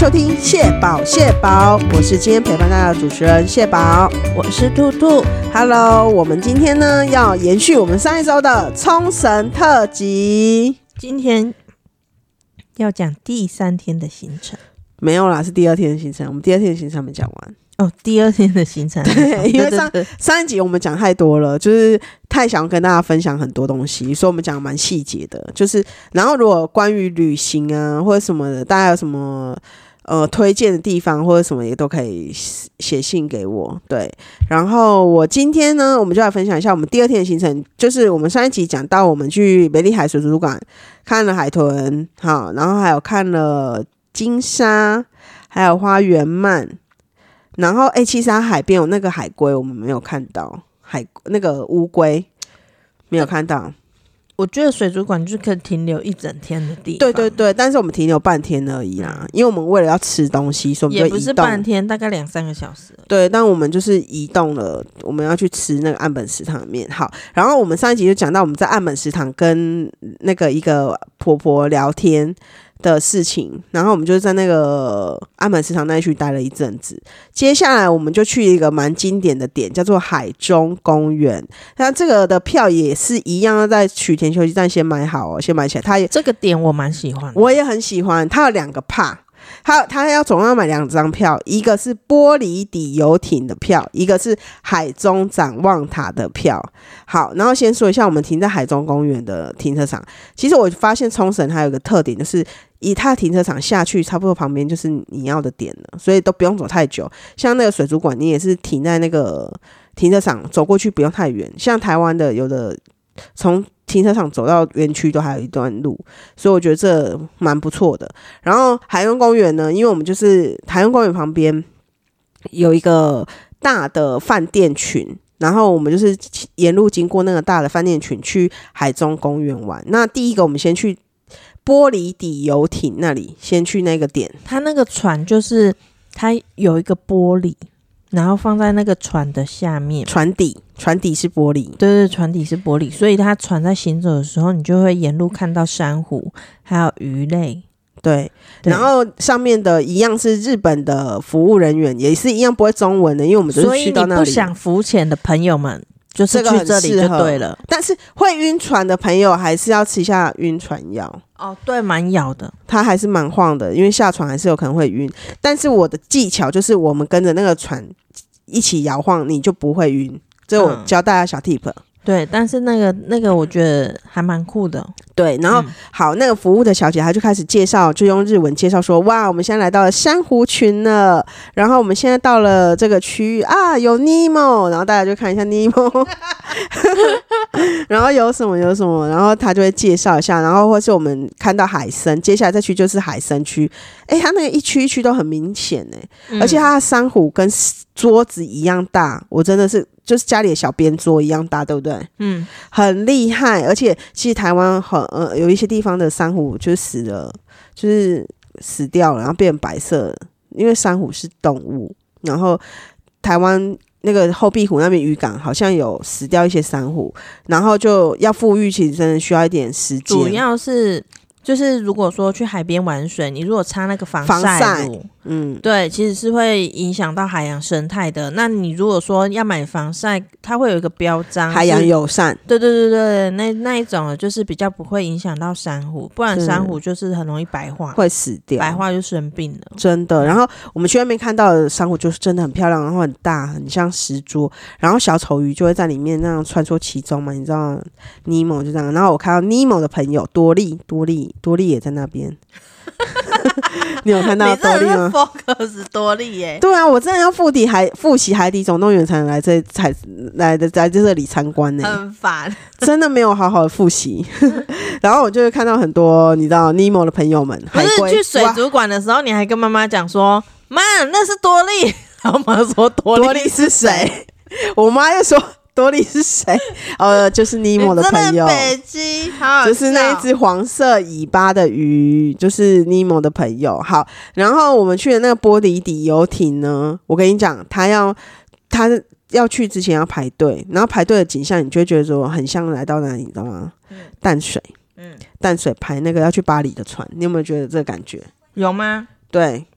收听蟹宝蟹宝，我是今天陪伴大家的主持人蟹宝， 我是兔兔。 Hello， 我们今天呢要延续我们上一周的冲绳特辑， 今天要讲第3天的行程。 没有啦，是第2天的行程，我们第2天的行程还没讲完哦。第2天的行程， 对，因为上一集我们讲太多了，就是太想跟大家分享很多东西，所以我们讲蛮细节的，就是然后如果关于旅行啊或者什么的，大家有什么推荐的地方或者什么也都可以写信给我。对，然后我今天呢，我们就来分享一下我们第2天的行程，就是我们上一集讲到我们去美丽海水族馆看了海豚，好，然后还有看了金沙，还有花园鳗，然后其实它海边有那个海龟，我们没有看到，那个乌龟没有看到。 我觉得水族馆就是可以停留1整天的地方。 对对对，但是我们停留半天而已啦，因为我们为了要吃东西，所以我们就移动。 也不是半天，大概2-3个小时。 对，但我们就是移动了，我们要去吃那个岸本食堂的面。好，然后我们上一集就讲到我们在岸本食堂跟那个一个婆婆聊天的事情，然后我们就在那个岸本食堂那一区待了一阵子。接下来我们就去一个蛮经典的点，叫做海中公园。那这个的票也是一样，要在曲田休息站先买好哦，先买起来。它也这个点我蛮喜欢的， 我也很喜欢。它有2个趴。他要总共要买2张票，一个是玻璃底游艇的票，一个是海中展望塔的票。好，然后先说一下我们停在海中公园的停车场。其实我发现冲绳还有一个特点，就是以它的停车场下去差不多旁边就是你要的点了，所以都不用走太久。像那个水族馆，你也是停在那个停车场，走过去不用太远。像台湾的有的从停车场走到园区都还有一段路，所以我觉得这蛮不错的。然后海洋公园呢，因为我们就是海洋公园旁边有一个大的饭店群，然后我们就是沿路经过那个大的饭店群去海中公园玩。那第一个我们先去玻璃底游艇那里，先去那个点。 它那个船就是它有一个玻璃，然后放在那个船的下面，船底是玻璃。对对，船底是玻璃，所以它船在行走的时候，你就会沿路看到珊瑚还有鱼类。 对，然后上面的一样是日本的服务人员，也是一样不会中文的，因为我们就是去到那里。 所以你不想浮潜的朋友们就是去这里就对了。 但是会晕船的朋友还是要吃一下晕船药。 哦，对，蛮咬的， 它还是蛮晃的，因为下船还是有可能会晕。但是我的技巧就是我们跟着那个船一起摇晃，你就不会晕。这我教大家小 tip。 对，但是那个我觉得还蛮酷的。 对，然后好，那个服务的小姐她就开始介绍，就用日文介绍说，哇，我们现在来到了珊瑚群了，然后我们现在到了这个区域啊，有尼莫，然后大家就看一下尼莫然后有什么，然后她就会介绍一下，然后或是我们看到海参，接下来这区就是海参区。它那个一区一区都很明显而且它的珊瑚跟桌子一样大，我真的是就是家里的小边桌一样大，对不对？很厉害。而且其实台湾有一些地方的珊瑚就是死了，就是死掉了，然后变成白色，因为珊瑚是动物。然后台湾那个后壁湖那边渔港好像有死掉一些珊瑚，然后就要复育，其实真的需要一点时间。 主要是就是如果说去海边玩水，你如果擦那个防晒乳，对，其实是会影响到海洋生态的。那你如果说要买防晒，它会有一个标章， 海洋友善。 对对对对，那一种就是比较不会影响到珊瑚，不然珊瑚就是很容易白化， 会死掉， 白化就生病了， 真的。然后我们去外面看到的珊瑚就是真的很漂亮，然后很大，很像石桌，然后小丑鱼就会在里面那样穿梭其中嘛，你知道尼莫就这样。然后我看到尼莫的朋友多利也在那边你有看到多利吗？ 你真的是 focus 多利耶。 对啊，我真的要复习海底总动员才能来这里参观呢， 很烦， 真的没有好好的复习然后我就会看到很多你知道尼莫的朋友们， 不是去水族馆的时候，你还跟妈妈讲说，妈，那是多利，然后妈说多利是谁？ 我妈又说多利是谁？就是尼莫的朋友， 北极，好好笑， 就是那一只黄色尾巴的鱼，就是尼莫的朋友。好，然后我们去的那个玻璃底游艇呢，我跟你讲，他要去之前要排队，然后排队的景象，你就会觉得说很像来到哪里，你知道吗？淡水，淡水排那个要去巴黎的船，你有没有觉得这个感觉？ 有吗？ 对。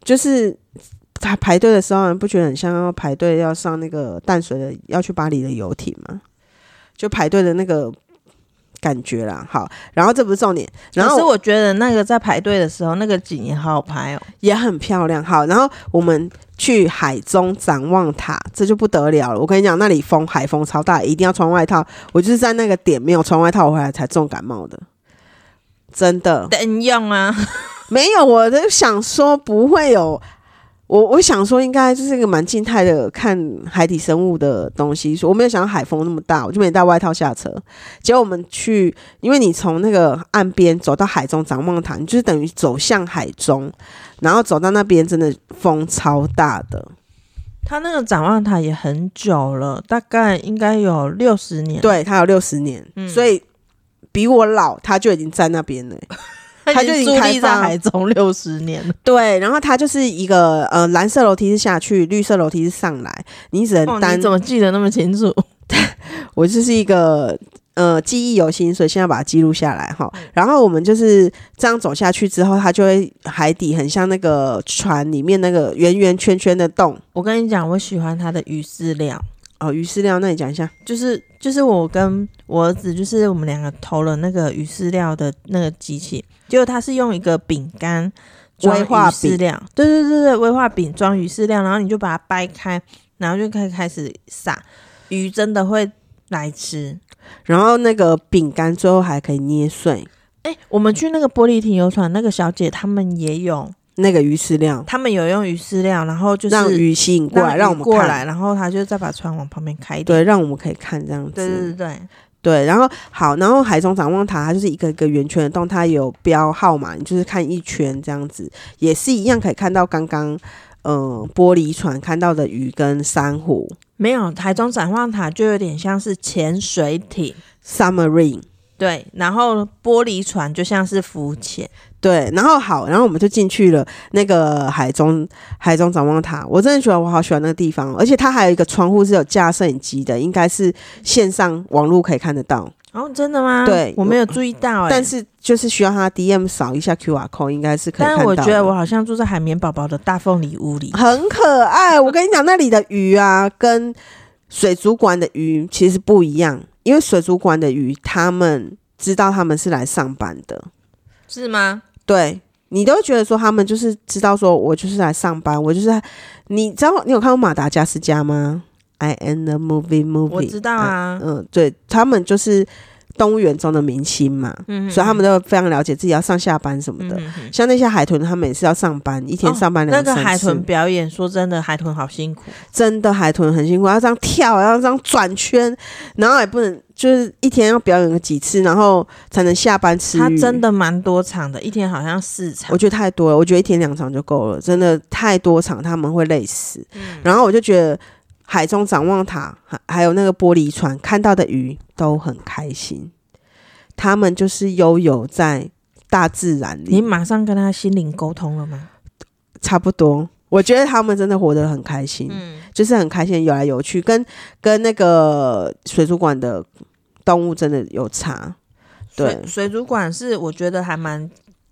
就是他排队的时候，你不觉得很像要排队要上那个淡水的要去巴黎的游艇吗？就排队的那个感觉啦。好，然后这不是重点，然后可是我觉得那个在排队的时候，那个景也好好拍哦， 也很漂亮。好，然后我们去海中展望塔，这就不得了了。我跟你讲，那里海风超大，一定要穿外套。我就是在那个点没有穿外套，我回来才重感冒的，真的。 等用啊， 没有，我就想说不会有。我想说应该就是一个蛮静态的看海底生物的东西，我没有想到海风那么大，我就没带外套下车。结果我们去，因为你从那个岸边走到海中展望塔，你就是等于走向海中，然后走到那边真的风超大的。 它那个展望塔也很久了，大概应该有60年。 对，它有60年，所以比我老，它就已经在那边了。 它就已经伫立在海中60年了。 对，然后它就是一个蓝色楼梯是下去，绿色楼梯是上来，你只能你怎么记得那么清楚？ 我就是一个记忆犹新，所以现在把它记录下来哈。然后我们就是这样走下去之后，它就会海底很像那个船里面那个圆圆圈圈的洞。 我跟你讲，我喜欢它的鱼饲料。 哦，鱼饲料，那你讲一下。 就是我跟我儿子，就是我们2个投了那个鱼饲料的那个机器，结果他是用一个饼干装鱼饲料，对，威化饼装鱼饲料，然后你就把它掰开，然后就开始撒，鱼真的会来吃。 然后那个饼干最后还可以捏碎。 我们去那个玻璃艇游船，那个小姐他们也有那个鱼饲料， 他们有用鱼饲料，然后就是让鱼吸引过来，让我们过来，然后他就再把船往旁边开一点， 对，让我们可以看这样子。 对， 然后好，然后海中展望塔它就是一个一个圆圈的洞，它有标号码，你就是看一圈这样子，也是一样可以看到刚刚玻璃船看到的鱼跟珊瑚。 没有，海中展望塔就有点像是潜水艇 submarine， 对，然后玻璃船就像是浮潜。 对，然后好，然后我们就进去了那个海中展望塔。我真的觉得我好喜欢那个地方，而且它还有一个窗户是有架摄影机的，应该是线上网络可以看得到。 哦，真的吗？ 对， 我没有注意到但是就是需要他 DM 扫一下 QR code， 应该是可以看到的。 但我觉得我好像住在海绵宝宝的大凤梨屋里， 很可爱。我跟你讲，那里的鱼啊，跟水族馆的鱼其实不一样，因为水族馆的鱼他们知道他们是来上班的， 是吗？ 对，你都会觉得说他们就是知道说我就是来上班，我就是你知道你有看过马达加斯加吗？I am the movie， 我知道啊， 对，他们就是动物园中的明星嘛，所以他们都非常了解自己要上下班什么的。像那些海豚，他们也是要上班，一天上班2-3次。 那个海豚表演，说真的，海豚好辛苦， 真的海豚很辛苦，要这样跳，要这样转圈，然后也不能就是一天要表演个几次，然后才能下班吃鱼。 他真的蛮多场的，一天好像4场， 我觉得太多了，我觉得一天2场就够了，真的太多场他们会累死。然后我就觉得海中展望塔还有那个玻璃船看到的鱼都很开心，他们就是悠游在大自然里。 你马上跟他心灵沟通了吗？ 差不多，我觉得他们真的活得很开心，就是很开心游来游去，跟那个水族馆的动物真的有差。对， 水族馆是我觉得还蛮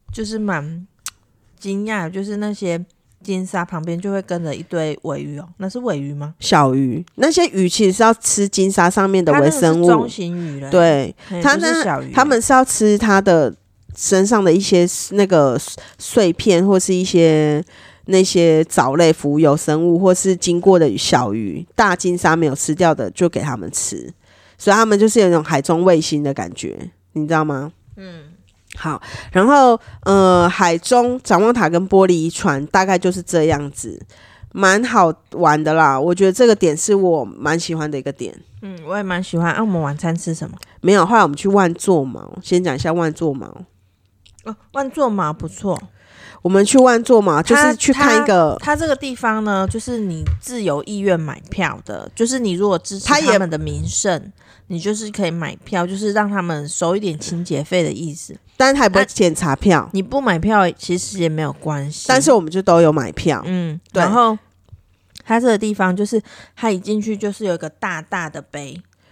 惊讶，就是那些金沙旁边就会跟着一堆尾鱼哦，那是尾鱼吗？ 小鱼，那些鱼其实是要吃金沙上面的微生物， 它那个是中型鱼了。 对，他们是要吃它的身上的一些那个碎片，或是一些那些藻类浮游生物，或是经过的小鱼，大金沙没有吃掉的就给他们吃，所以他们就是有一种海中卫星的感觉，你知道吗？好，然后海中展望塔跟玻璃船大概就是这样子，蛮好玩的啦。我觉得这个点是我蛮喜欢的一个点。 我也蛮喜欢。我们晚餐吃什么？ 没有，后来我们去万座毛。先讲一下万座毛。 万座毛不错。 我们去万座毛就是去看一个， 它这个地方呢，就是你自由意愿买票的，就是你如果支持他们的名胜，你就是可以买票，就是让他们收一点清洁费的意思。 但是还不会检查票， 你不买票其实也没有关系。 但是我们就都有买票， 对。然后它这个地方就是它一进去就是有一个大大的杯，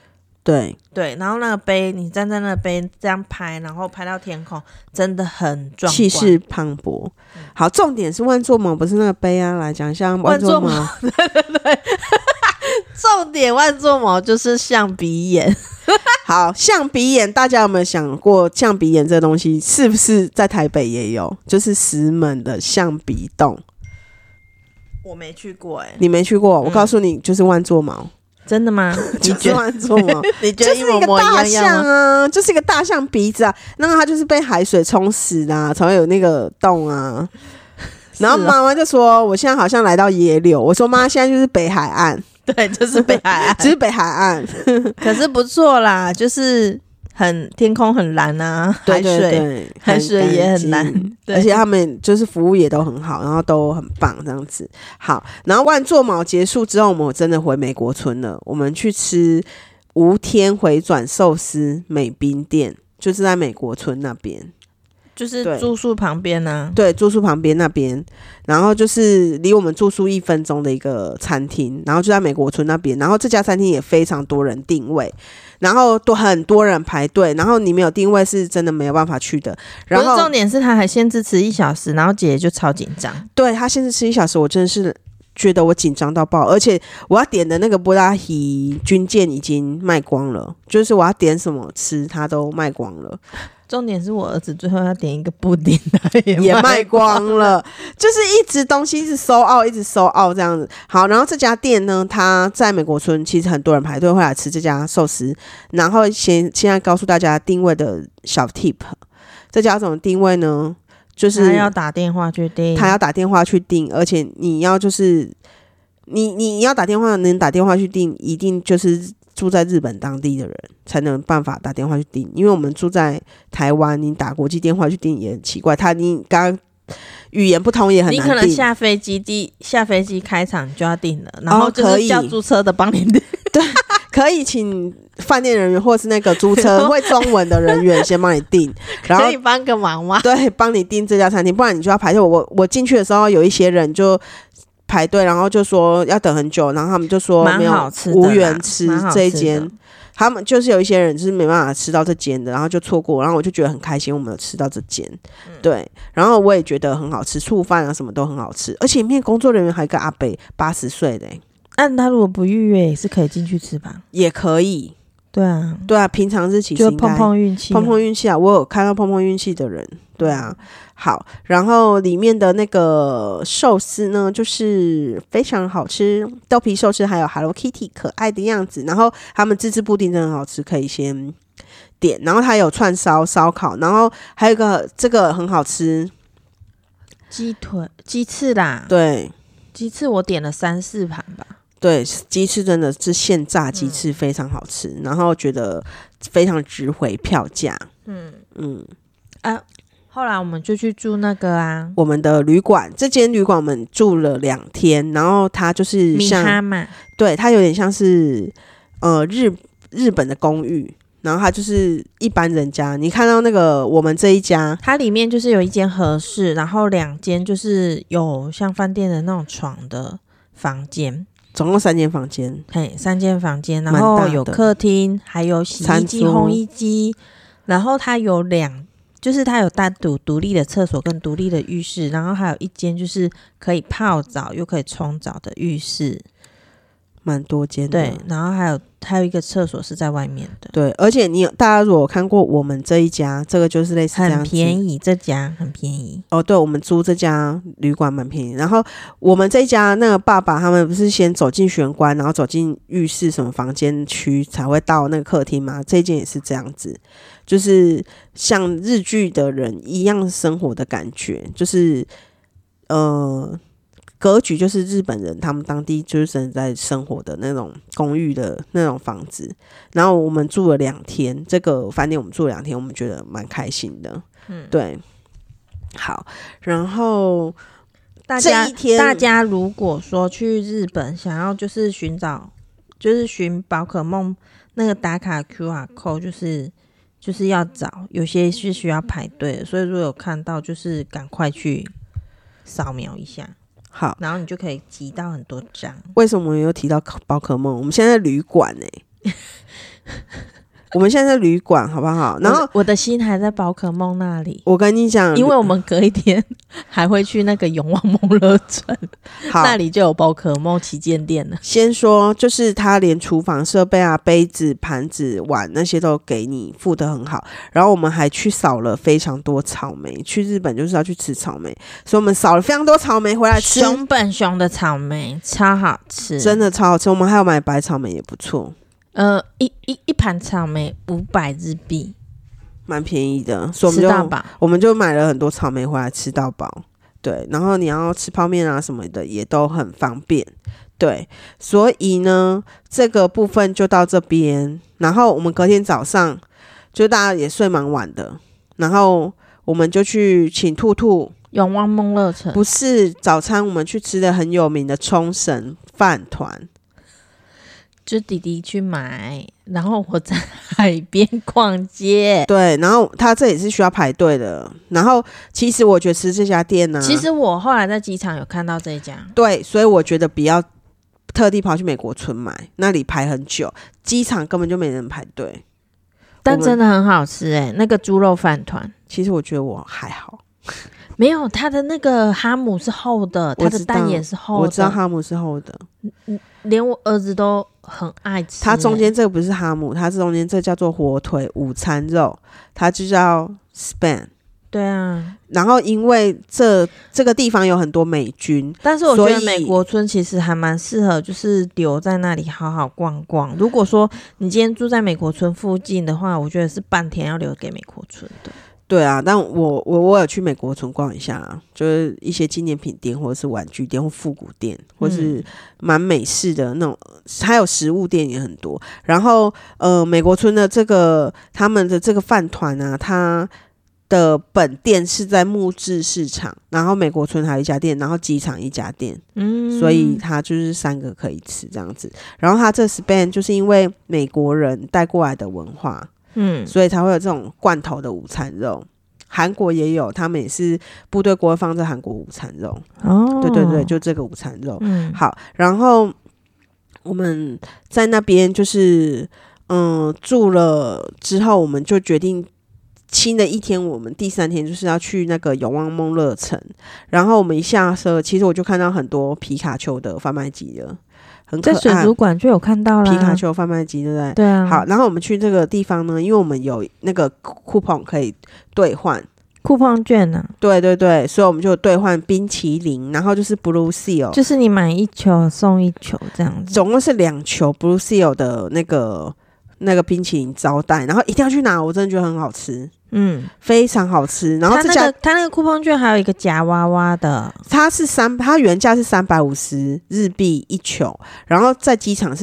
对对，然后那个碑，你站在那个碑这样拍，然后拍到天空，真的很壮观， 气势磅礴。好，重点是万座毛，不是那个碑啊，来讲一下万座毛。 对对对，重点万座毛就是象鼻眼。 好，象鼻眼，大家有没有想过，象鼻眼这东西是不是在台北也有？就是石门的象鼻洞。 我没去过你没去过？我告诉你，就是万座毛。 真的吗？ 你觉得万座毛？ 你觉得一模模一样样吗？ 就是一个大象啊，就是一个大象鼻子啊，那它就是被海水冲死的啊，才会有那个洞啊。然后妈妈就说：“我现在好像来到野柳。”我说：“妈，现在就是北海岸。” 对，就是北海岸， 只是北海岸， 可是不错啦，就是天空很蓝啊， 对对对， 海水也很蓝， 而且他们就是服务也都很好，然后都很棒这样子。好，然后万座毛结束之后，我们真的回美国村了，我们去吃无天回转寿司美宾店，就是在美国村那边。 就是住宿旁边啊， 对，住宿旁边那边，然后就是离我们住宿1分钟的一个餐厅，然后就在美国村那边，然后这家餐厅也非常多人订位，然后很多人排队，然后你没有订位是真的没有办法去的。然后重点是他还限制吃1小时，然后姐姐就超紧张， 对，他限制吃1小时，我真的是觉得我紧张到爆，而且我要点的那个布拉提军舰已经卖光了，就是我要点什么吃它都卖光了。 重点是我儿子最后要点一个布丁， 也卖光了，就是一直东西一直收out，一直收out这样子。好，然后这家店呢，它在美国村，其实很多人排队会来吃这家寿司。然后现在告诉大家定位的小 tip， 这家怎么定位呢？就是他要打电话去订， 而且你要就是你要打电话能打电话去订，一定就是住在日本当地的人才能办法打电话去订，因为我们住在台湾，你打国际电话去订也很奇怪，你刚刚语言不通也很难订， 你可能下飞机开场就要订了，然后就是叫租车的帮你订， 对，可以请饭店人员或是那个租车会中文的人员先帮你订，然后可以帮个忙吗？ 对，帮你订这家餐厅，不然你就要排队。我进去的时候，有一些人就排队，然后就说要等很久，然后他们就说没有无缘吃这一间，他们就是有一些人就是没办法吃到这间的，然后就错过，然后我就觉得很开心，我们有吃到这间，对，然后我也觉得很好吃，醋饭啊什么都很好吃，而且里面工作人员还有一个阿伯80岁的那他如果不预约也是可以进去吃吧？ 也可以， 对啊， 对啊，平常日期就碰碰运气， 啊，我有看到碰碰运气的人，对啊。好，然后里面的那个寿司呢，就是非常好吃，豆皮寿司还有 Hello Kitty 可爱的样子，然后他们自制布丁真的很好吃，可以先点，然后它有串烧、烧烤，然后还有一个这个很好吃， 鸡翅啦， 对， 鸡翅我点了3-4盘吧。 对，鸡翅真的是现炸鸡翅非常好吃，然后觉得非常值回票价。 后来我们就去住那个啊， 我们的旅馆，这间旅馆我们住了2天，然后它就是像米哈嘛， 对，它有点像是日本的公寓，然后它就是一般人家，你看到那个我们这一家， 它里面就是有一间和室，然后2间就是有像饭店的那种床的房间。 总共3间房间 ，3间房间，然后有客厅，还有洗衣机、烘衣机，然后它有就是它有单独立的厕所跟独立的浴室，然后还有一间就是可以泡澡又可以冲澡的浴室， 蛮多间的。 对，然后还有一个厕所是在外面的。 对，而且大家如果看过我们这一家，这个就是类似这样子， 很便宜，这家很便宜。 哦，对，我们租这家旅馆蛮便宜。然后我们这一家那个爸爸他们不是先走进玄关，然后走进浴室什么房间区才会到那个客厅吗？这一间也是这样子，就是像日剧的人一样生活的感觉，就是格局就是日本人他们当地就是在生活的那种公寓的那种房子，然后我们住了2天，这个饭店我们住了2天，我们觉得蛮开心的。对，好，然后大家如果说去日本想要就是寻宝可梦那个打卡 QR code，就是要找，有些是需要排队的，所以如果有看到就是赶快去扫描一下。 好， 然后你就可以集到很多张。 为什么我们又提到宝可梦？我们现在在旅馆我们现在在旅馆好不好？然后我的心还在宝可梦那里。 我跟你讲， 因为我们隔一天还会去那个永旺梦乐村，那里就有宝可梦旗舰店了。 先说就是他连厨房设备啊、杯子、盘子、碗那些都给你付得很好，然后我们还去扫了非常多草莓，去日本就是要去吃草莓，所以我们扫了非常多草莓回来吃。 熊本熊的草莓超好吃， 真的超好吃，我们还有买白草莓也不错。 一盘草莓500日币， 蛮便宜的，所以我们就买了很多草莓回来吃到饱。对，然后你要吃泡面啊什么的也都很方便。对，所以呢，这个部分就到这边。然后我们隔天早上就大家也睡蛮晚的，然后我们就去请兔兔永旺梦乐城， 不是早餐，我们去吃的很有名的冲绳饭团。 就弟弟去买，然后我在海边逛街。 对，然后他这也是需要排队的。然后其实我觉得吃这家店呢， 其实我后来在机场有看到这一家。 对，所以我觉得不要特地跑去美国村买，那里排很久，机场根本就没人排队。 但真的很好吃那个猪肉饭团。 其实我觉得我还好。 没有，它的那个哈姆是厚的，它的蛋也是厚的。 我知道哈姆是厚的， 连我儿子都很爱吃。 它中间这个不是哈姆，它中间这叫做火腿午餐肉，它就叫 Span。 对啊， 然后因为这个地方有很多美军， 但是我觉得美国村其实还蛮适合，就是留在那里好好逛逛。如果说你今天住在美国村附近的话，我觉得是半天要留给美国村的。 对啊，但我有去美国村逛一下啊，就是一些纪念品店或者是玩具店或复古店，或是蛮美式的那种，还有食物店也很多。然后美国村的他们的这个饭团啊，它的本店是在木质市场，然后美国村还有一家店，然后机场一家店，所以它就是3个可以吃这样子。然后它这 Span 就是因为美国人带过来的文化。所以才会有这种罐头的午餐肉。韩国也有，他们也是部队锅会放这韩国午餐肉。对对对，就这个午餐肉。好，然后我们在那边就是住了之后，我们就决定新的一天，我们第3天就是要去那个永旺梦乐城。然后我们一下车，其实我就看到很多皮卡丘的贩卖机了。很可爱， 在水族馆就有看到啦， 皮卡丘贩卖机，对不对？ 对啊。 好，然后我们去这个地方呢，因为我们有那个 coupon 可以兑换 ，coupon 券啊。 对对对，所以我们就兑换冰淇淋，然后就是 Blue Seal， 就是你买1球送1球这样子， 总共是2球 Blue Seal 的那个冰淇淋招待，然后一定要去拿，我真的觉得很好吃。非常好吃。然后他那个酷碰券还有一个夹娃娃的， 它原价是350日币1球，然后在机场是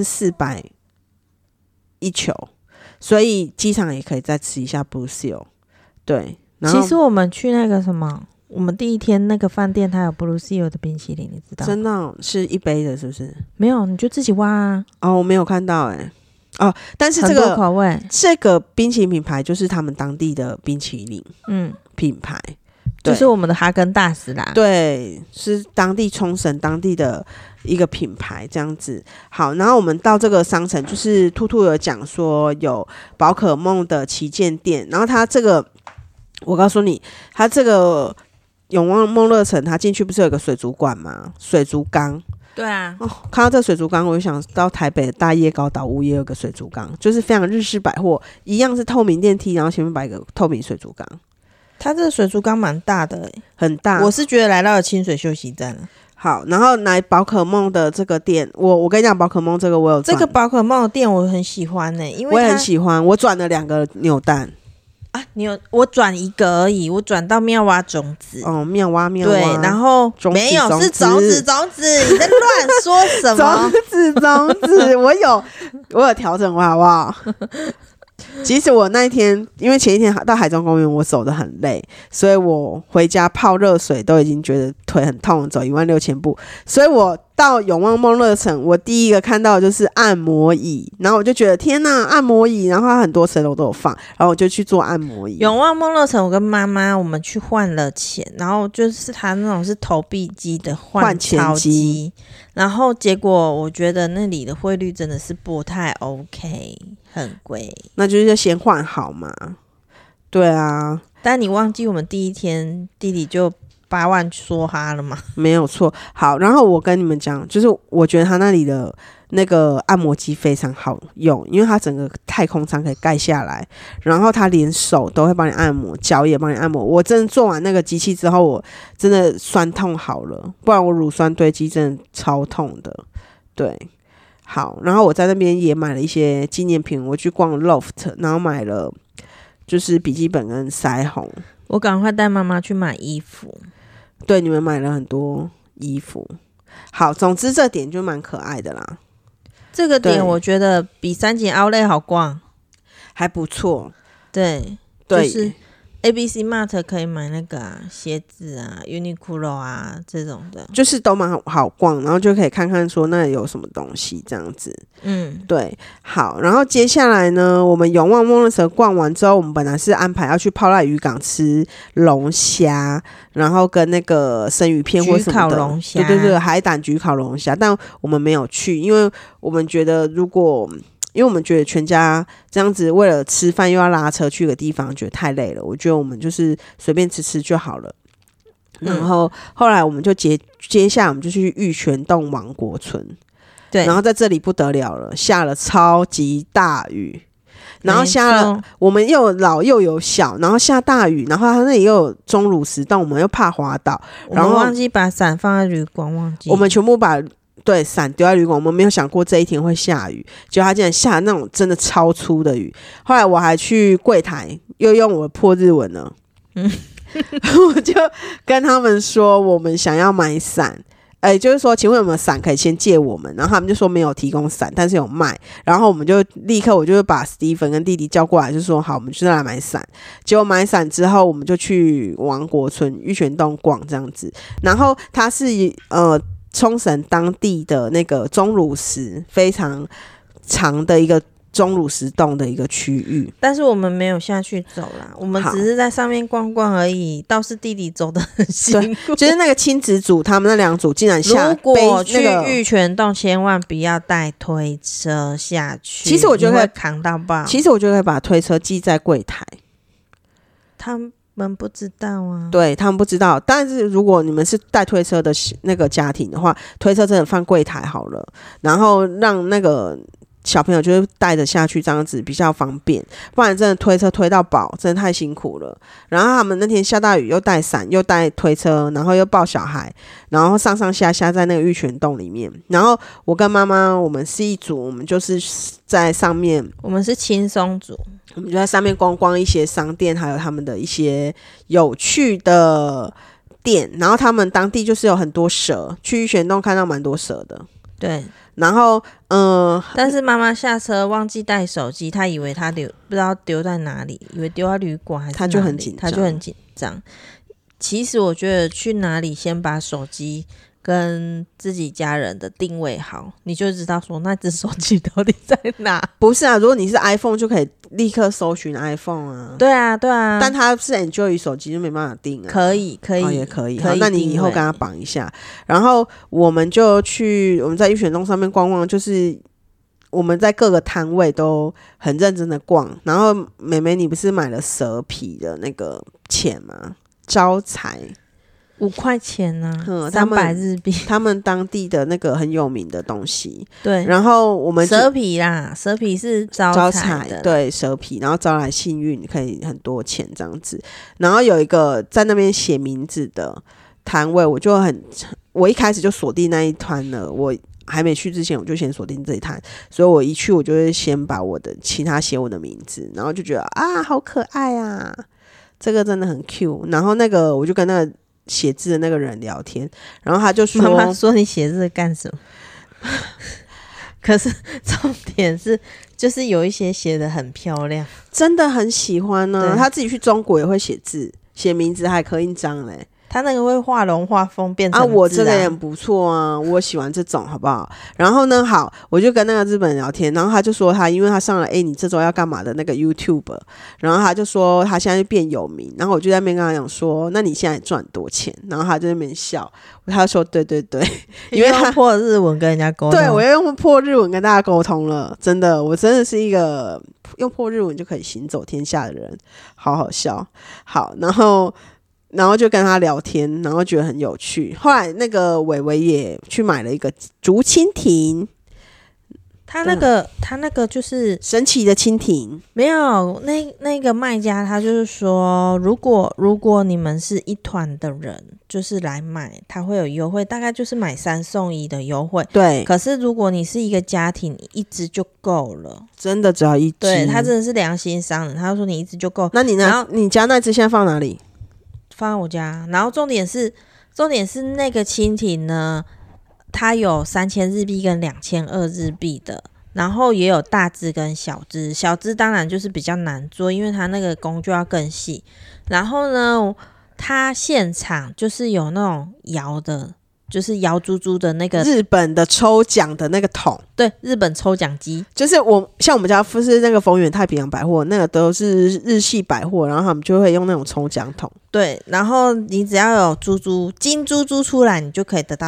4001球，所以机场也可以再吃一下 Blue Seal。对， 其实我们去那个什么，我们第一天那个饭店它有 Blue Seal 的冰淇淋，你知道？ 真的是一杯的，是不是？ 没有，你就自己挖啊。 我没有看到但是很多口味， 这个冰淇淋品牌就是他们当地的冰淇淋品牌， 就是我们的哈根达斯啦。 对，是当地冲绳当地的一个品牌这样子。好，然后我们到这个商城，就是兔兔有讲说有宝可梦的旗舰店，然后它这个我告诉你，它这个永旺梦乐城，它进去不是有个水族馆吗？水族缸。 对啊， 看到这个水族缸，我就想到台北的大叶高岛屋也有个水族缸，就是非常日式百货，一样是透明电梯，然后前面摆一个透明水族缸。 它这个水族缸蛮大的很大。 我是觉得来到了清水休息站了。 好，然后来宝可梦的这个店，我跟你讲，宝可梦这个我有转， 这个宝可梦的店我很喜欢因为我也很喜欢，我转了2个扭蛋。 我转1个而已，我转到妙蛙种子。 妙蛙对，然后没有是种子，你在乱说什么？ 种子，我有调整过，好不好？其实我那一天，因为前一天到海中公园我走得很累，所以我回家泡热水都已经觉得腿很痛，走16000步，所以我到永旺梦乐城，我第一个看到的就是按摩椅，然后我就觉得天哪，按摩椅，然后它很多层楼都有放，然后我就去做按摩椅。 永旺梦乐城，我跟妈妈我们去换了钱，然后就是它那种是投币机的换钞机，然后结果我觉得那里的汇率真的是不太 OK。 很贵， 那就是先换好嘛。对啊， 但你忘记我们第一天弟弟就8万梭哈了吗？ 没有错。好，然后我跟你们讲，就是我觉得他那里的那个按摩机非常好用，因为它整个太空舱可以盖下来，然后它连手都会帮你按摩，脚也帮你按摩。我真的做完那个机器之后，我真的酸痛好了，不然我乳酸堆积真的超痛的。对，好，然后我在那边也买了一些纪念品，我去逛 Loft， 然后买了就是笔记本跟腮红。 我赶快带妈妈去买衣服。 对，你们买了很多衣服。好，总之这点就蛮可爱的啦。 这个点我觉得比3井Outlet好逛， 还不错。 对， 对， 就是 ABC Mart 可以买那个鞋子啊 Uniqlo 啊这种的， 就是都蛮好逛，然后就可以看看说那有什么东西这样子。对，好，然后接下来呢，我们永旺梦乐城逛完之后，我们本来是安排要去泡赖渔港吃龙虾，然后跟那个生鱼片或什么的， 焗烤龙虾， 对对对，海胆焗烤龙虾，但我们没有去，因为我们觉得因为我们觉得全家这样子为了吃饭又要拉车去个地方，觉得太累了。我觉得我们就是随便吃吃就好了。然后后来我们就接下来我们就去玉泉洞王国村， 对， 然后在这里不得了了，下了超级大雨，然后下了我们又老又有小，然后下大雨，然后它那里又有钟乳石洞，我们又怕滑倒，然后我们忘记把伞放在旅馆，忘记我们全部把伞丢在旅馆，我们没有想过这一天会下雨，结果它竟然下那种真的超粗的雨。后来我还去柜台又用我的破日文了，我就跟他们说我们想要买伞，就是说请问有没有伞可以先借我们，然后他们就说没有提供伞，但是有卖，然后我们就立刻我就把 Steven 跟弟弟叫过来，就说好，我们就来买伞。结果买伞之后，我们就去王国村玉泉洞逛这样子，然后它是冲绳当地的那个钟乳石非常长的一个钟乳石洞的一个区域， 但是我们没有下去走啦，我们只是在上面逛逛而已。倒是弟弟走得很辛苦， 就是那个亲子组，他们那2组竟然如果去玉泉洞，千万不要带推车下去。 其实我觉得会扛到爆。 其实我觉得可以把推车寄在柜台， 他们不知道啊， 对，他们不知道。但是如果你们是带推车的那个家庭的话，推车真的放柜台好了，然后让那个小朋友就是带着下去，这样子比较方便，不然真的推车推到饱，真的太辛苦了。然后他们那天下大雨，又带伞，又带推车，然后又抱小孩，然后上上下下在那个玉泉洞里面。然后我跟妈妈，我们是一组，我们就是在上面， 我们是轻松组， 我们就在上面逛逛一些商店，还有他们的一些有趣的店。然后他们当地就是有很多蛇，去玉泉洞看到蛮多蛇的。 对。 然后但是妈妈下车忘记带手机，她以为她不知道丢在哪里，以为丢在旅馆还是哪里，她就很紧张。其实我觉得去哪里先把手机跟自己家人的定位好，你就知道说那只手机到底在哪。 不是啊，如果你是 iPhone 就可以立刻搜寻 iPhone 啊。 对啊对啊， 但它是 Android 手机就没办法定啊。 可以也可以。好，那你以后跟他绑一下。然后我们就我们在玉泉洞上面逛逛，就是我们在各个摊位都很认真的逛。然后妹妹你不是买了蛇皮的那个钱吗？招财 5块钱啊，300日币， 他们当地的那个很有名的东西。 对， 然后我们蛇皮啦，蛇皮是招财的， 对，蛇皮，然后招来幸运，可以很多钱这样子。然后有一个在那边写名字的摊位，我一开始就锁定那一摊了，我还没去之前我就先锁定这一摊，所以我一去我就会先把我的其他写我的名字，然后就觉得啊好可爱啊，这个真的很 Q。 然后那个我就跟那个写字的那个人聊天，然后他就说妈妈说你写字干什么可是重点是就是有一些写得很漂亮， 真的很喜欢呢。他自己去中国也会写字，写名字还刻印章嘞。 他那个会画龙画凤变成字我这个也很不错啊，我喜欢这种好不好？然后呢，好，我就跟那个日本人聊天，然后他就说因为他上了你这周要干嘛的那个 YouTube， 然后他就说他现在就变有名，然后我就在那边跟他讲说，那你现在赚多钱？然后他就在那边笑，他就说对对对，因为他用破日文跟人家沟通， 对，我要用破日文跟大家沟通了，真的，我真的是一个用破日文就可以行走天下的人，好好笑。好，然后就跟他聊天，然后觉得很有趣。后来那个伟伟也去买了一个竹蜻蜓， 他那个就是神奇的蜻蜓。 没有，那个卖家他就是说，如果你们是一团的人，就是来买，他会有优惠，大概就是买3送1的优惠。 对， 可是如果你是一个家庭，一只就够了， 真的只要一只。 对，他真的是良心商人，他说你一只就够。 那你家那只现在放哪里？ 放在我家。然后重点是那个蜻蜓呢，它有3000日币跟2200日币的，然后也有大只跟小只，小只当然就是比较难做，因为它那个工具要更细。然后呢，它现场就是有那种摇的，就是摇珠珠的那个日本的抽奖的那个桶， 对，日本抽奖机，就是像我们家不是那个丰原太平洋百货，那个都是日系百货，然后他们就会用那种抽奖桶。 对，然后你只要有珠珠金珠珠出来，你就可以得到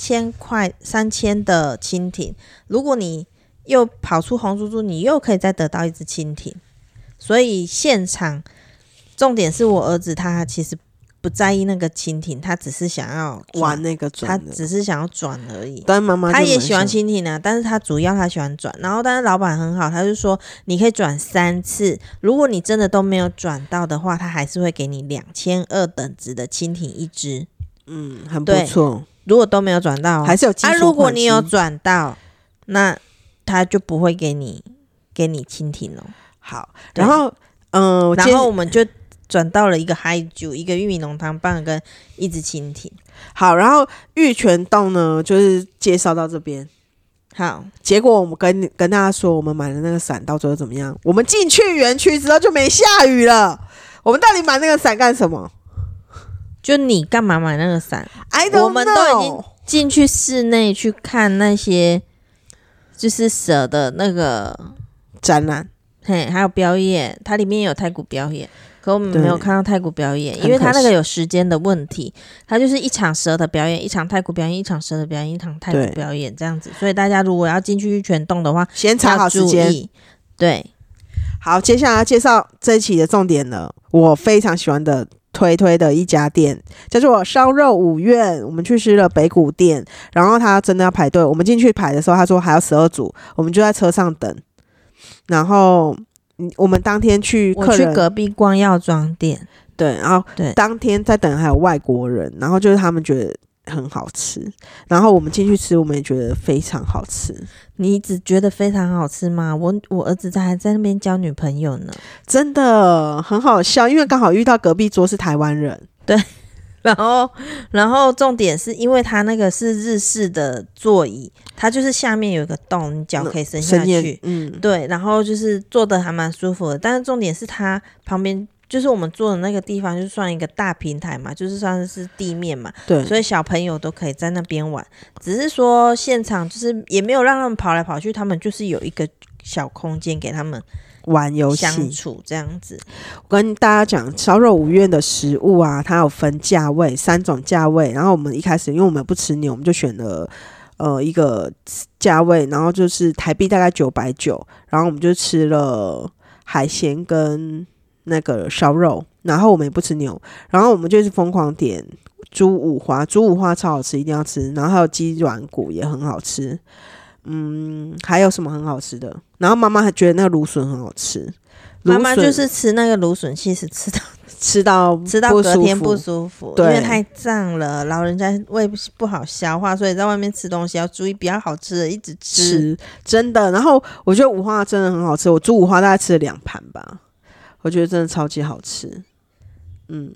3000的蜻蜓。如果你又跑出红珠珠，你又可以再得到一只蜻蜓。所以现场重点是我儿子他其实不在意那个蜻蜓，他只是想要玩那个转， 他只是想要转而已。 但妈妈他也喜欢蜻蜓啊，但是他主要他喜欢转。然后但是老板很好，他就说你可以转3次，如果你真的都没有转到的话，他还是会给你2200等值的蜻蜓一只。 很不错。 如果都没有转到， 还是有基础款。 如果你有转到，那他就不会给你蜻蜓哦。 好，然后我们就转到了一个嗨酒，一个玉米浓汤棒跟一只蜻蜓。 好，然后玉泉洞呢，就是介绍到这边。 好， 结果我们跟大家说，我们买的那个伞到最后怎么样？我们进去园区之后就没下雨了。我们到底买那个伞干什么？ 就你干嘛买那个伞？ I don't know。 我们都已经进去室内去看那些就是蛇的那个展览， 还有表演，它里面也有太鼓表演。可我们没有看到太鼓表演，因为它那个有时间的问题，它就是一场蛇的表演，一场太鼓表演，一场蛇的表演，一场太鼓表演这样子。所以大家如果要进去玉泉洞的话， 先查好时间。 对， 好，接下来要介绍这一期的重点了，我非常喜欢的推的一家店叫做烧肉五院。我们去吃了北谷店，然后他真的要排队，我们进去排的时候他说还要12组，我们就在车上等。然后我们当天去客人， 我去隔壁逛药妆店， 对，然后当天在等还有外国人，然后就是他们觉得很好吃，然后我们进去吃，我们也觉得非常好吃。 你只觉得非常好吃吗？我儿子还在那边交女朋友呢， 真的很好笑，因为刚好遇到隔壁桌是台湾人。 对，然后重点是因为它那个是日式的座椅，它就是下面有一个洞，你脚可以伸下去，对，然后就是坐得还蛮舒服的。但是重点是它旁边就是我们坐的那个地方就算一个大平台嘛，就是算是地面嘛， 对， 所以小朋友都可以在那边玩。只是说现场就是也没有让他们跑来跑去，他们就是有一个小空间给他们玩游戏相处这样子。 我跟大家讲，烧肉五院的食物啊，它有分价位，3种价位。然后我们一开始因为我们不吃牛，我们就选了一个价位，然后就是台币大概990，然后我们就吃了海鲜跟那个烧肉，然后我们也不吃牛，然后我们就是疯狂点猪五花超好吃，一定要吃。然后还有鸡软骨也很好吃。还有什么很好吃的？然后妈妈还觉得那个芦笋很好吃， 妈妈就是吃那个芦笋，其实吃到隔天不舒服，因为太胀了，老人家胃不好消化，所以在外面吃东西要注意比较好吃的一直吃， 真的。然后我觉得五花真的很好吃，我猪五花大概吃了2盘吧，我觉得真的超级好吃。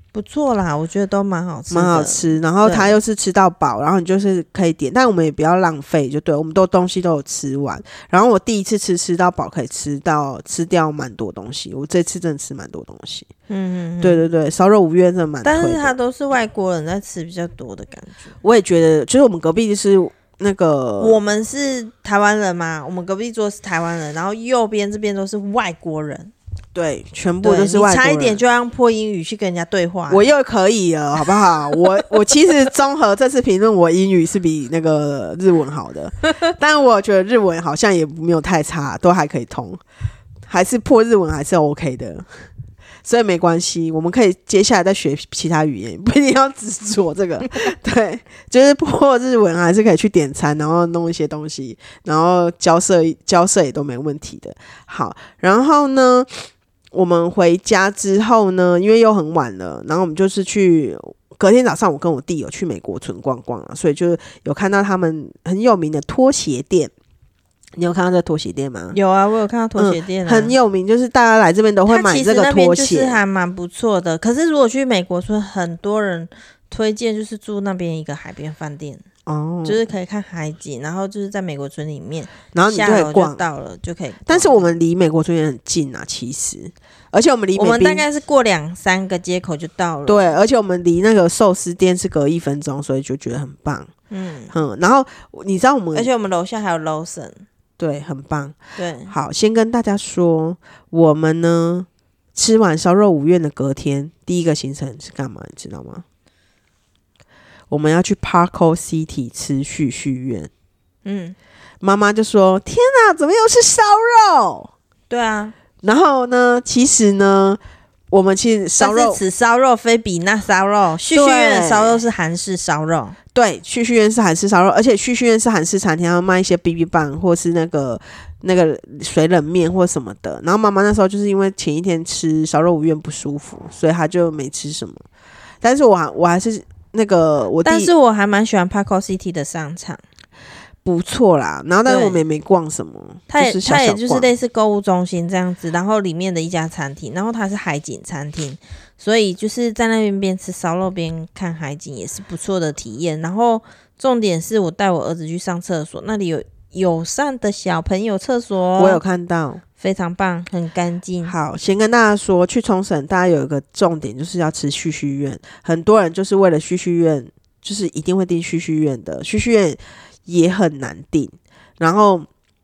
不错啦，我觉得都蛮好吃的， 蛮好吃。然后它又是吃到饱，然后你就是可以点，但我们也不要浪费，就对，我们东西都有吃完。然后我第一次吃到饱，可以吃掉蛮多东西。我这次真的吃蛮多东西。对对对，烧肉5月真的蛮推的， 但是它都是外国人在吃比较多的感觉。 我也觉得，就是我们隔壁就是那个， 我们是台湾人嘛，我们隔壁桌是台湾人，然后右边这边都是外国人。 对，全部都是外国人， 你差一点就要用破英语去跟人家对话， 我又可以了，好不好？我其实综合这次评论，我英语是比那个日文好的，但我觉得日文好像也没有太差，都还可以通，还是破日文还是 OK 的，所以没关系，我们可以接下来再学其他语言，不一定要执着这个。对，就是破日文还是可以去点餐，然后弄一些东西，然后交涉也都没问题的。好，然后呢？我们回家之后呢，因为又很晚了，然后我们就是隔天早上我跟我弟有去美国村逛逛啊，所以就有看到他们很有名的拖鞋店。你有看到这拖鞋店吗？ 有啊，我有看到拖鞋店很有名，就是大家来这边都会买这个拖鞋， 就是还蛮不错的。可是如果去美国村，很多人推荐就是住那边一个海边饭店。就是可以看海景，然后就是在美国村里面， 然后你就可以逛， 就到了就可以。 但是我们离美国村也很近啊，其实，而且我们大概是过2-3个街口就到了。 对，而且我们离那个寿司店是隔1分钟，所以就觉得很棒。然后你知道而且我们楼下还有 Lawson， 对，很棒。 对， 好，先跟大家说，我们呢吃完烧肉5月的隔天，第一个行程是干嘛？你知道吗？我们要去 Parco City 吃旭旭苑。妈妈就说：“天哪，怎么又是烧肉？” 对啊， 然后呢，其实呢，我们其实烧肉， 但是此烧肉非彼那烧肉。旭旭苑的烧肉是韩式烧肉， 对，旭旭苑是韩式烧肉，而且旭旭苑是韩式餐厅，要卖一些 BB 棒或是那个水冷面或什么的。然后妈妈那时候就是因为前一天吃烧肉5月不舒服，所以她就没吃什么。但是我还是。但是我还蛮喜欢 Parco City 的商场， 不错啦。然后，但是我们也没逛什么，它也就是类似购物中心这样子，然后里面的一家餐厅，然后它是海景餐厅，所以就是在那边吃烧肉边看海景也是不错的体验。然后重点是我带我儿子去上厕所，那里有友善的小朋友厕所， 我有看到。 非常棒，很干净。 好，先跟大家说，去冲绳大家有一个重点就是要吃旭旭苑，很多人就是为了旭旭苑，就是一定会订旭旭苑的。旭旭苑也很难订，然后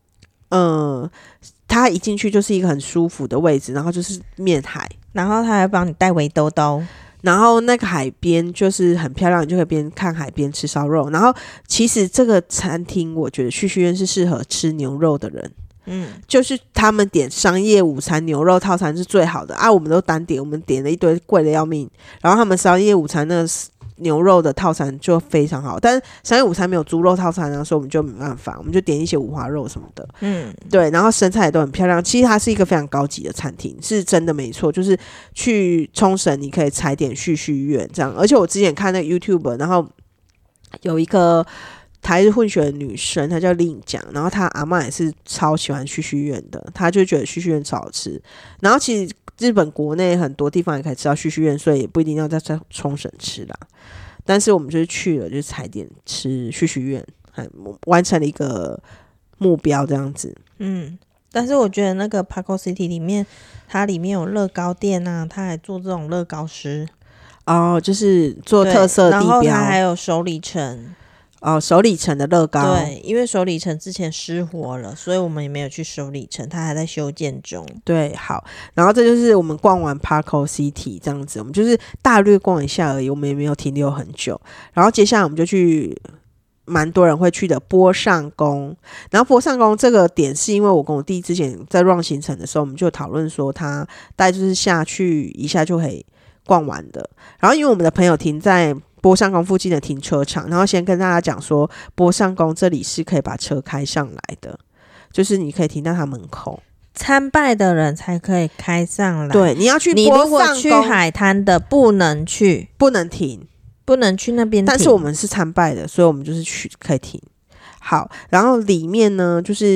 它一进去就是一个很舒服的位置，然后就是面海， 然后他还帮你带围兜兜， 然后那个海边就是很漂亮，你就可以边看海边吃烧肉。然后其实这个餐厅我觉得旭旭苑是适合吃牛肉的人。就是他们点商业午餐牛肉套餐是最好的啊，我们都单点，我们点了一堆贵的要命，然后他们商业午餐那个牛肉的套餐就非常好，但是商业午餐没有猪肉套餐啊，所以我们就没办法，我们就点一些五花肉什么的。对，然后身材也都很漂亮，其实它是一个非常高级的餐厅，是真的没错，就是去冲绳你可以踩点旭旭苑这样，而且我之前看那个 YouTube， 然后有一个台日混血的女生，她叫令奖，然后她阿嬷也是超喜欢旭旭苑的，她就觉得旭旭苑超好吃。然后其实日本国内很多地方也可以吃到旭旭苑，所以也不一定要在冲绳吃啦。但是我们就是去了，就是踩点吃旭旭苑，完成了一个目标这样子。 但是我觉得那个 Parco City 里面，它里面有乐高店啊，它还做这种乐高师就是做特色地标，然后它还有手里程。 首里城的乐高， 对，因为首里城之前失火了，所以我们也没有去首里城，它还在修建中。 对，好，然后这就是我们逛完 Parco City 这样子，我们就是大略逛一下而已，我们也没有停留很久。然后接下来我们就去蛮多人会去的波上宫，然后波上宫这个点是因为我跟我弟之前在 run 行程的时候，我们就讨论说他大概就是下去一下就可以逛完的。然后因为我们的朋友停在波上宫附近的停车场，然后先跟大家讲说，波上宫这里是可以把车开上来的，就是你可以停在他门口， 参拜的人才可以开上来。 对，你要去波上宫， 你如果去海滩的不能去， 不能停， 不能去那边停。 但是我们是参拜的，所以我们就是去可以停。好，然后里面呢，就是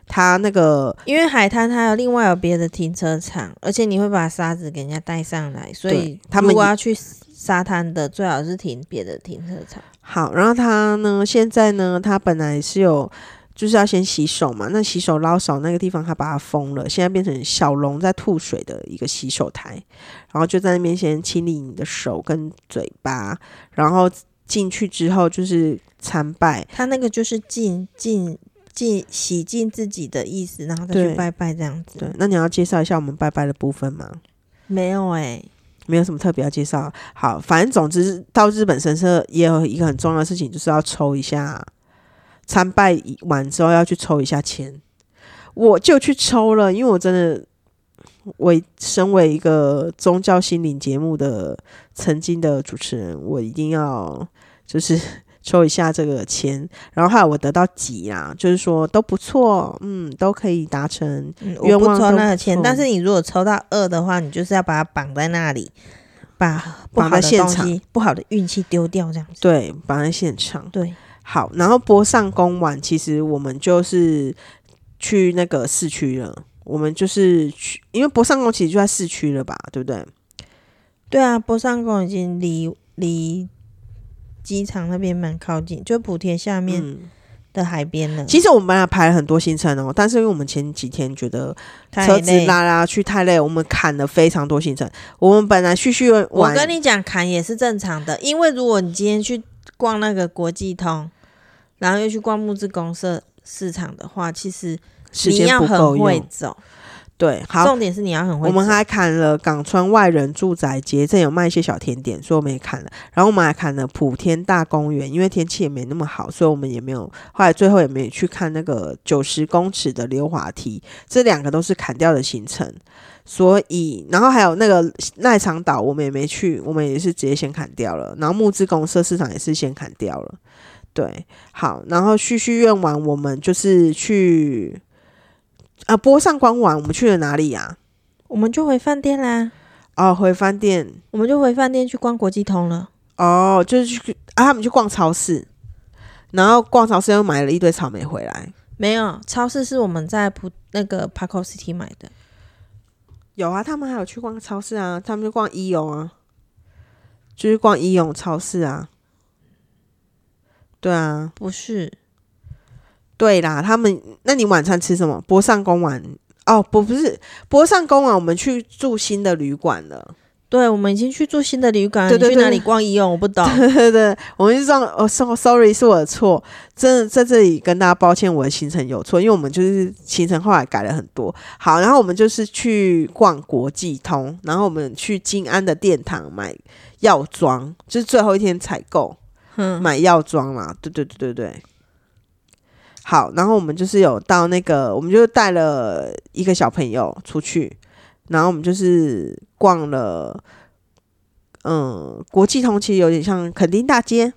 它那个因为海滩它另外有别的停车场，而且你会把沙子给人家带上来，所以如果要去沙滩的最好是停别的停车场。 好，然后它呢现在呢它本来是有就是要先洗手嘛，那洗手捞勺那个地方它把它封了，现在变成小龙在吐水的一个洗手台，然后就在那边先清理你的手跟嘴巴，然后进去之后就是参拜， 它那个就是洗净自己的意思，然后再去拜拜这样子。 对，那你要介绍一下我们拜拜的部分吗？ 没有没有什么特别要介绍。好，反正总之到日本神社也有一个很重要的事情，就是要抽一下，参拜完之后要去抽一下签。我就去抽了，因为我真的，我身为一个宗教心灵节目的曾经的主持人，我一定要就是抽一下这个签，然后后来我得到几啦，就是说都不错，都可以达成愿望。 我不抽那个签，但是你如果抽到2的话，你就是要把它绑在那里，把不好的东西、不好的运气丢掉，这样子。 对，绑在现场。 对， 好，然后波上宫完，其实我们就是去那个市区了。我们就是去，因为波上宫其实就在市区了吧，对不对？ 对啊，波上宫已经离机场那边蛮靠近，就莆田下面的海边了。 其实我们本来排了很多行程哦，但是因为我们前几天觉得车子拉来去太累，我们砍了非常多行程。我们本来续玩， 我跟你讲，砍也是正常的，因为如果你今天去逛那个国际通，然后又去逛木质公社市场的话，其实你要很会走。 对，好， 重点是你要很会走。 我们还砍了港川外人住宅街，这有卖一些小甜点，所以我们也砍了。然后我们还砍了普天大公园，因为天气也没那么好，所以我们也没有，后来最后也没有去看那个90公尺的溜滑梯，这2个都是砍掉的行程。所以，然后还有那个赖长岛，我们也没去，我们也是直接先砍掉了。然后木质公社市场也是先砍掉了。对，好，然后续愿完，我们就是去。波上关完，我们去了哪里啊？ 我们就回饭店啦。 回饭店， 我们就回饭店去逛国际通了。 就是去他们去逛超市，然后逛超市又买了一堆草莓回来。 没有，超市是我们在那个 Parco City 买的。 有啊，他们还有去逛超市啊，他们就逛一永啊，就是逛一永超市啊。对啊， 不是。 对啦，那你晚餐吃什么？波上宫玩不是波上宫玩，我们去住新的旅馆了。 对，我们已经去住新的旅馆了。 对对对， 你去哪里逛医用？我不懂。 对对对，我们就这样。sorry， 是我的错，真的在这里跟大家抱歉，我的行程有错，因为我们就是行程后来改了很多。好，然后我们就是去逛国际通，然后我们去金安的殿堂买药妆，就是最后一天采购，买药妆啦。对对对对对。好，然后我们就是有到那个，我们就带了一个小朋友出去，然后我们就是逛了，国际通其实有点像垦丁大街。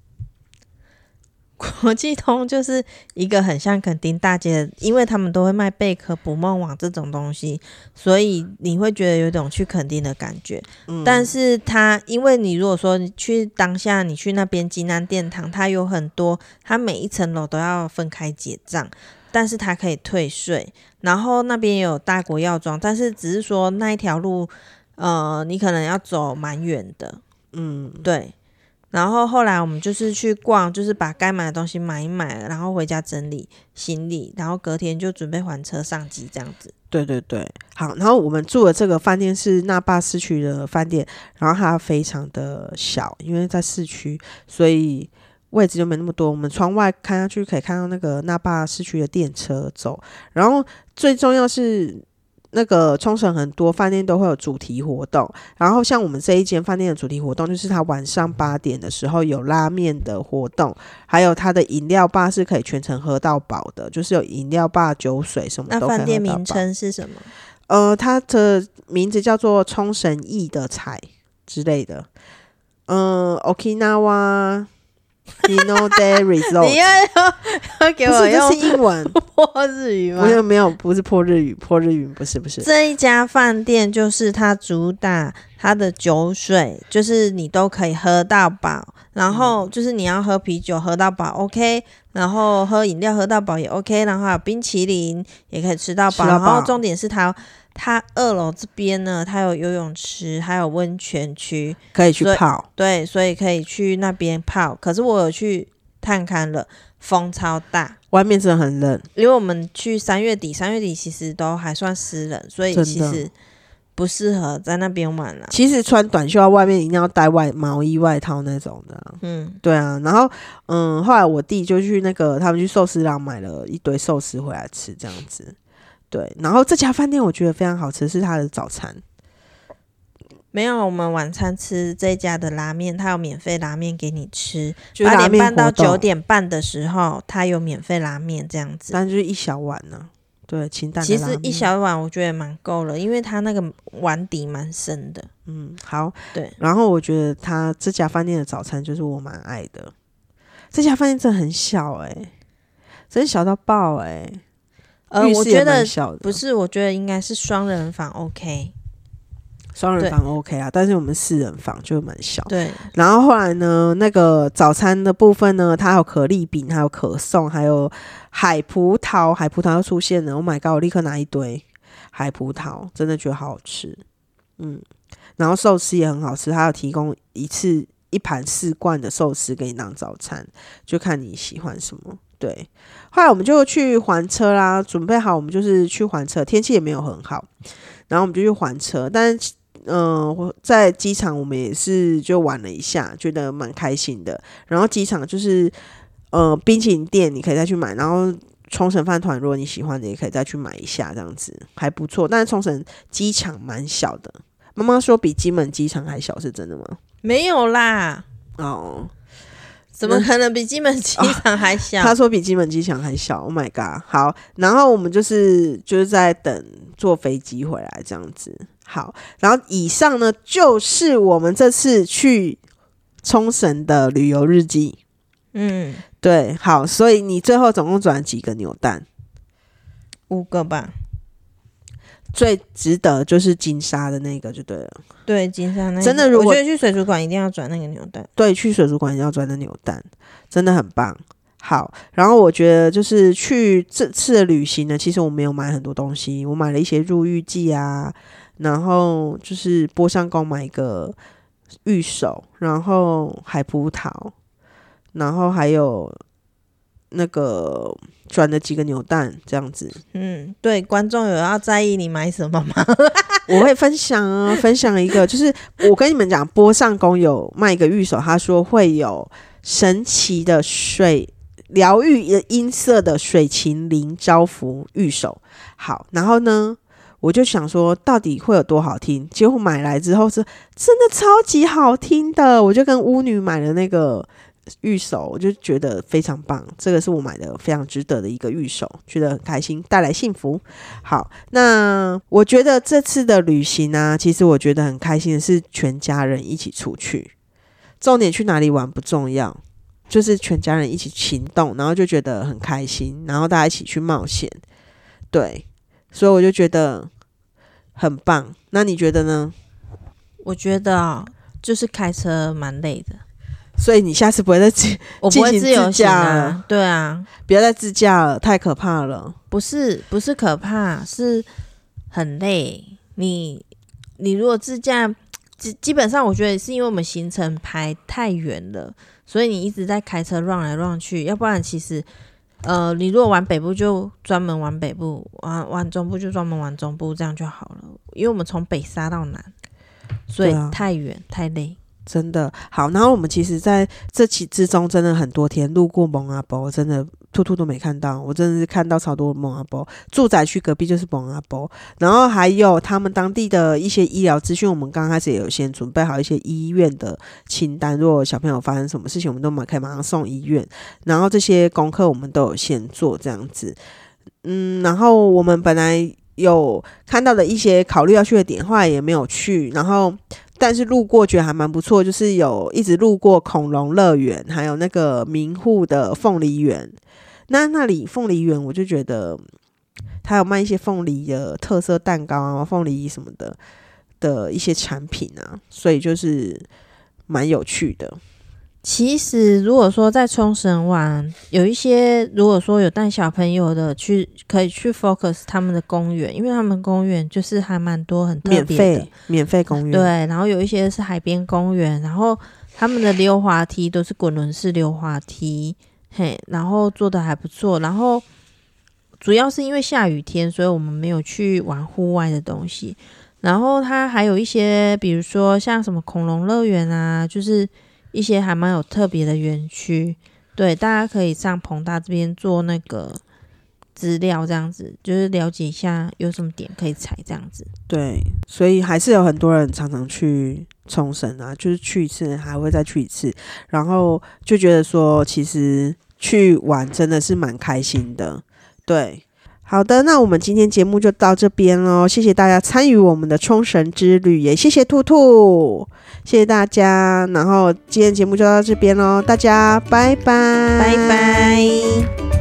国际通就是一个很像垦丁大街的，因为他们都会卖贝壳、捕梦网这种东西，所以你会觉得有种去垦丁的感觉。但是因为你如果说你去当下你去那边金安殿堂，它有很多，它每一层楼都要分开结账，但是它可以退税。然后那边也有大国药妆，但是只是说那一条路，你可能要走蛮远的。对。然后后来我们就是去逛，就是把该买的东西买一买，然后回家整理行李，然后隔天就准备还车上机这样子。 对对对，好，然后我们住的这个饭店是那霸市区的饭店，然后它非常的小，因为在市区，所以位置就没那么多。我们窗外看下去可以看到那个那霸市区的电车走，然后最重要是那个冲绳很多饭店都会有主题活动，然后像我们这一间饭店的主题活动就是它晚上8点的时候有拉面的活动，还有它的饮料吧是可以全程喝到饱的，就是有饮料吧、酒水什么都可以喝到饱。 那饭店名称是什么？ 它的名字叫做冲绳意的彩之类的。Okinawa Hino Day Resort。 你要给我用这是英文破日语吗？ 没有，不是破日语，不是。 这一家饭店就是它主打它的酒水就是你都可以喝到饱，然后就是你要喝啤酒喝到饱 OK， 然后喝饮料喝到饱也 OK， 然后还有冰淇淋也可以吃到饱，然后重点是它2楼这边呢，它有游泳池还有温泉区可以去泡， 对，所以可以去那边泡。可是我有去探看了，风超大， 外面真的很冷， 因为我们去3月底其实都还算湿冷，所以其实不适合在那边玩啦。 其实穿短袖外面一定要带毛衣外套那种的，对啊。然后后来我弟就去他们去寿司郎买了一堆寿司回来吃这样子，对。然后这家饭店我觉得非常好吃，是他的早餐。 没有，我们晚餐吃这家的拉面，他有免费拉面给你吃 ，8 点半到9点半的时候他有免费拉面这样子， 但就是一小碗呢。对，清淡的拉面。 其实一小碗我觉得蛮够了，因为它那个碗底蛮深的。 好， 对。 然后我觉得他这家饭店的早餐就是我蛮爱的。这家饭店真的很小真的小到爆我觉得不是，我觉得应该是双人房 OK。 双人房 OK 啊，但是我们4人房就蛮小。 对。 然后后来呢，那个早餐的部分呢，它有可丽饼，还有可颂，还有海葡萄，海葡萄又出现了 ，Oh my god！ 我立刻拿一堆海葡萄，真的觉得好好吃。然后寿司也很好吃，它有提供一盘4罐的寿司给你当早餐，就看你喜欢什么。对，后来我们就去还车啦，准备好我们就是去还车，天气也没有很好，然后我们就去还车，但是在机场我们也是就玩了一下，觉得蛮开心的。然后机场就是冰淇淋店你可以再去买，然后冲绳饭团如果你喜欢的也可以再去买一下，这样子还不错。但是冲绳机场蛮小的，妈妈说比金门机场还小，是真的吗？ 没有啦，怎么可能比金门机场还小？ 他说比金门机场还小 ，Oh my god！ 好，然后我们就是在等坐飞机回来这样子。好，然后以上呢就是我们这次去冲绳的旅游日记。对，好，所以你最后总共转了几个扭蛋 ？5个吧。 最值得就是金沙的那个就对了。 对，金沙那个真的，如果我觉得去水族馆一定要转那个扭蛋。 对，去水族馆一定要转那扭蛋，真的很棒。好，然后我觉得就是去这次的旅行呢，其实我没有买很多东西，我买了一些入浴剂啊，然后就是波上宫买一个玉手，然后海葡萄，然后还有那个转了几个扭蛋这样子。 对，观众有要在意你买什么吗？ 我会分享一个，就是我跟你们讲，波上宫有卖一个玉手，他说会有神奇的疗愈音色的水琴铃招符玉手。好，然后呢我就想说到底会有多好听，结果买来之后是真的超级好听的，我就跟巫女买了那个玉手，我就觉得非常棒，这个是我买的非常值得的一个玉手，觉得很开心，带来幸福。好，那我觉得这次的旅行啊，其实我觉得很开心的是全家人一起出去，重点去哪里玩不重要，就是全家人一起行动，然后就觉得很开心，然后大家一起去冒险。对，所以我就觉得很棒。那你觉得呢？ 我觉得就是开车蛮累的， 所以你下次不会再我不会自由行啊。对啊， 不要再自驾了，太可怕了。 不是可怕，是很累。你如果自驾，基本上我觉得是因为我们行程排太远了，所以你一直在开车 run 来 run 去，要不然其实你如果玩北部就专门玩北部，玩中部就专门玩中部，这样就好了。因为我们从北杀到南，所以太远太累。 真的好，然后我们其实在这期之中真的很多天路过蒙阿波，真的兔兔都没看到，我真的是看到超多蒙阿波，住宅区隔壁就是蒙阿波，然后还有他们当地的一些医疗资讯，我们刚开始也有先准备好一些医院的清单，如果小朋友发生什么事情我们都可以马上送医院，然后这些功课我们都有先做这样子。然后我们本来有看到的一些考虑要去的点，后来也没有去，然后但是路过觉得还蛮不错，就是有一直路过恐龙乐园，还有那个名护的凤梨园。那里凤梨园我就觉得它有卖一些凤梨的特色蛋糕啊，凤梨什么的， 的一些产品啊，所以就是蛮有趣的。 其实如果说在冲绳玩，有一些如果说有带小朋友的可以去 focus 他们的公园，因为他们公园就是还蛮多很特别的免费公园， 对，然后有一些是海边公园，然后他们的溜滑梯都是滚轮式溜滑梯，嘿，然后做的还不错，然后主要是因为下雨天，所以我们没有去玩户外的东西。然后它还有一些比如说像什么恐龙乐园啊，就是一些还蛮有特别的园区，对，大家可以上彭大这边做那个资料，这样子就是了解一下有什么点可以踩这样子。 对，所以还是有很多人常常去冲绳啊，就是去一次还会再去一次，然后就觉得说其实去玩真的是蛮开心的。对，好的，那我们今天节目就到这边咯，谢谢大家参与我们的冲绳之旅，也谢谢兔兔，谢谢大家，然后今天节目就到这边咯，大家拜拜， 拜拜。